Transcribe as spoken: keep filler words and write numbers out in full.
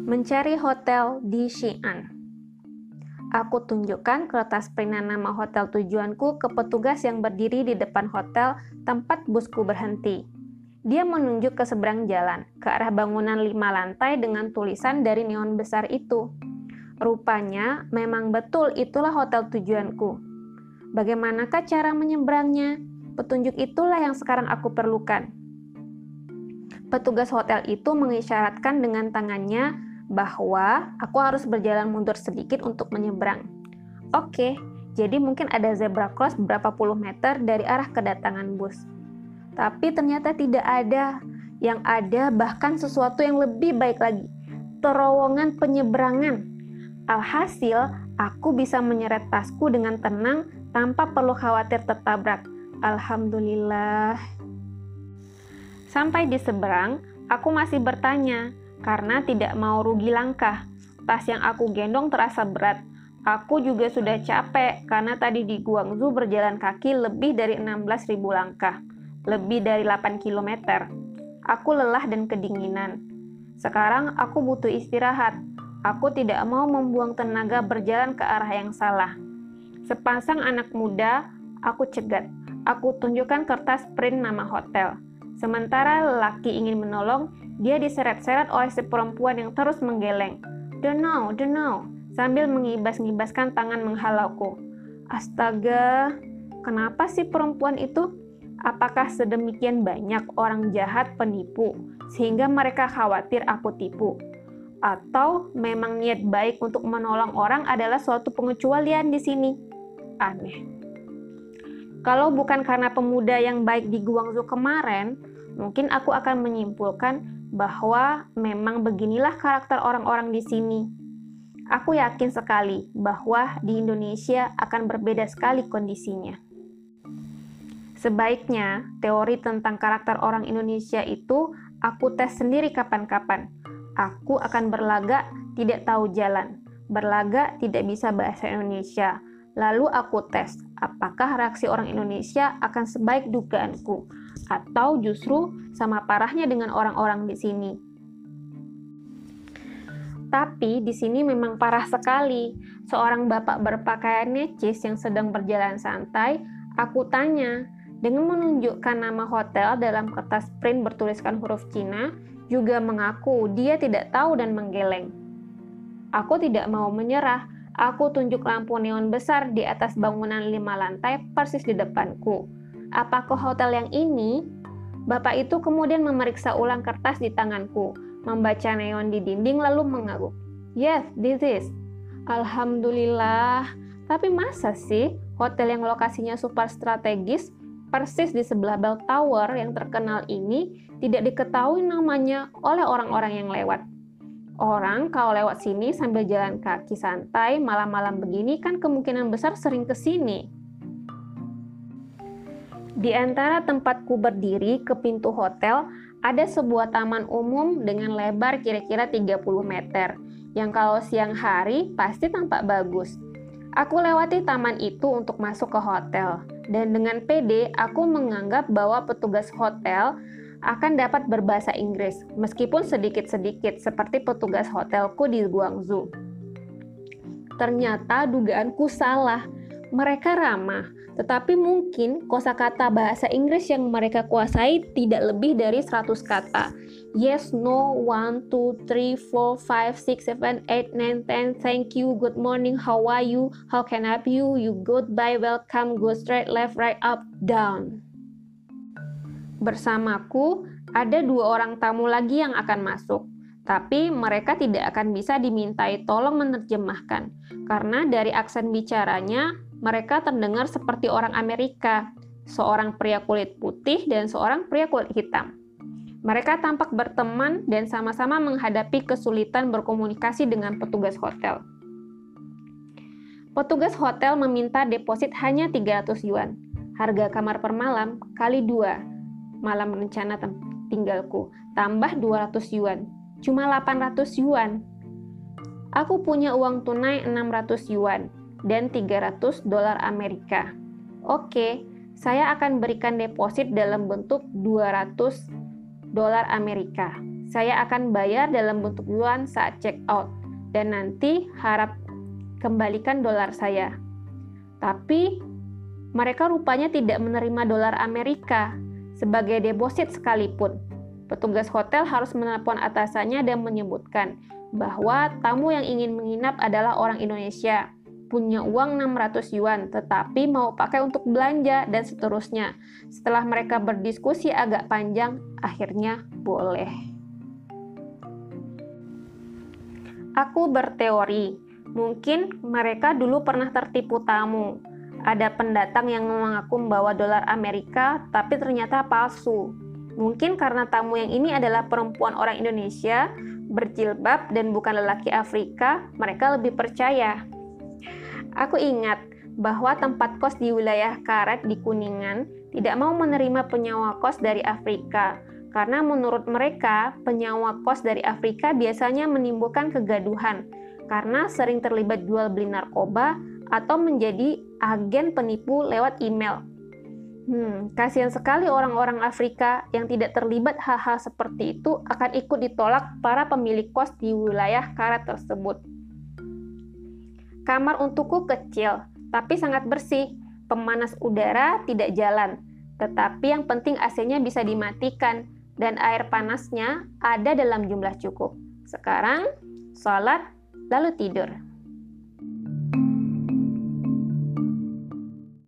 Mencari hotel di Xi'an. Aku tunjukkan kertas perinan nama hotel tujuanku ke petugas yang berdiri di depan hotel tempat busku berhenti. Dia menunjuk ke seberang jalan, ke arah bangunan lima lantai dengan tulisan dari neon besar itu. Rupanya, memang betul itulah hotel tujuanku. Bagaimanakah cara menyeberangnya? Petunjuk itulah yang sekarang aku perlukan. Petugas hotel itu mengisyaratkan dengan tangannya bahwa aku harus berjalan mundur sedikit untuk menyeberang. Oke, jadi mungkin ada zebra cross berapa puluh meter dari arah kedatangan bus. Tapi ternyata tidak ada. Yang ada bahkan sesuatu yang lebih baik lagi, terowongan penyeberangan. Alhasil, aku bisa menyeret tasku dengan tenang tanpa perlu khawatir tertabrak. Alhamdulillah. Sampai di seberang, aku masih bertanya, karena tidak mau rugi langkah. Tas yang aku gendong terasa berat. Aku juga sudah capek, karena tadi di Guangzhou berjalan kaki lebih dari enam belas ribu langkah, lebih dari delapan kilometer. Aku lelah dan kedinginan. Sekarang aku butuh istirahat. Aku tidak mau membuang tenaga berjalan ke arah yang salah. Sepasang anak muda, aku cegat. Aku tunjukkan kertas print nama hotel. Sementara lelaki ingin menolong, dia diseret-seret oleh si perempuan yang terus menggeleng. "Don't know, don't know," sambil mengibas-ngibaskan tangan menghalauku. Astaga, kenapa sih perempuan itu? Apakah sedemikian banyak orang jahat penipu, sehingga mereka khawatir aku tipu? Atau memang niat baik untuk menolong orang adalah suatu pengecualian di sini? Aneh. Kalau bukan karena pemuda yang baik di Guangzhou kemarin, mungkin aku akan menyimpulkan bahwa memang beginilah karakter orang-orang di sini. Aku yakin sekali bahwa di Indonesia akan berbeda sekali kondisinya. Sebaiknya, teori tentang karakter orang Indonesia itu aku tes sendiri kapan-kapan. Aku akan berlagak tidak tahu jalan, berlagak tidak bisa bahasa Indonesia. Lalu aku tes, apakah reaksi orang Indonesia akan sebaik dugaanku, atau justru sama parahnya dengan orang-orang di sini. Tapi di sini memang parah sekali. Seorang bapak berpakaian necis yang sedang berjalan santai, aku tanya, dengan menunjukkan nama hotel dalam kertas print bertuliskan huruf Cina, juga mengaku dia tidak tahu dan menggeleng. Aku tidak mau menyerah. Aku tunjuk lampu neon besar di atas bangunan lima lantai persis di depanku. Apakah hotel yang ini? Bapak itu kemudian memeriksa ulang kertas di tanganku, membaca neon di dinding lalu mengangguk. Yes, this is. Alhamdulillah. Tapi masa sih hotel yang lokasinya super strategis, persis di sebelah bell tower yang terkenal ini, tidak diketahui namanya oleh orang-orang yang lewat? Orang kalau lewat sini sambil jalan kaki santai malam-malam begini kan kemungkinan besar sering ke sini. Di antara tempatku berdiri ke pintu hotel, ada sebuah taman umum dengan lebar kira-kira tiga puluh meter, yang kalau siang hari pasti tampak bagus. Aku lewati taman itu untuk masuk ke hotel, dan dengan pede aku menganggap bahwa petugas hotel akan dapat berbahasa Inggris, meskipun sedikit-sedikit seperti petugas hotelku di Guangzhou. Ternyata dugaanku salah. Mereka ramah, tetapi mungkin kosakata bahasa Inggris yang mereka kuasai tidak lebih dari seratus kata. Yes, no, one, two, three, four, five, six, seven, eight, nine, ten, thank you, good morning, how are you, how can I help you, you goodbye, welcome, go straight, left, right, up, down. Bersamaku ada dua orang tamu lagi yang akan masuk, tapi mereka tidak akan bisa dimintai tolong menerjemahkan, karena dari aksen bicaranya mereka terdengar seperti orang Amerika, seorang pria kulit putih dan seorang pria kulit hitam. Mereka tampak berteman dan sama-sama menghadapi kesulitan berkomunikasi dengan petugas hotel. Petugas hotel meminta deposit hanya tiga ratus yuan, harga kamar per malam kali dua. Malam rencana tinggalku, tambah dua ratus yuan, cuma delapan ratus yuan. Aku punya uang tunai enam ratus yuan dan tiga ratus dolar Amerika. Oke, saya akan berikan deposit dalam bentuk dua ratus dolar Amerika. Saya akan bayar dalam bentuk yuan saat check out, dan nanti harap kembalikan dolar saya. Tapi mereka rupanya tidak menerima dolar Amerika sebagai deposit sekalipun. Petugas hotel harus menelpon atasannya dan menyebutkan bahwa tamu yang ingin menginap adalah orang Indonesia, punya uang enam ratus yuan, tetapi mau pakai untuk belanja, dan seterusnya. Setelah mereka berdiskusi agak panjang, akhirnya boleh. Aku berteori, mungkin mereka dulu pernah tertipu tamu. Ada pendatang yang mengaku membawa dolar Amerika, tapi ternyata palsu. Mungkin karena tamu yang ini adalah perempuan orang Indonesia, berjilbab, dan bukan lelaki Afrika, mereka lebih percaya. Aku ingat bahwa tempat kos di wilayah Karet di Kuningan tidak mau menerima penyewa kos dari Afrika, karena menurut mereka penyewa kos dari Afrika biasanya menimbulkan kegaduhan, karena sering terlibat jual beli narkoba atau menjadi agen penipu lewat email. Hmm, kasihan sekali orang-orang Afrika yang tidak terlibat hal-hal seperti itu akan ikut ditolak para pemilik kos di wilayah Karet tersebut. Kamar untukku kecil, tapi sangat bersih. Pemanas udara tidak jalan, tetapi yang penting A C-nya bisa dimatikan dan air panasnya ada dalam jumlah cukup. Sekarang, sholat, lalu tidur.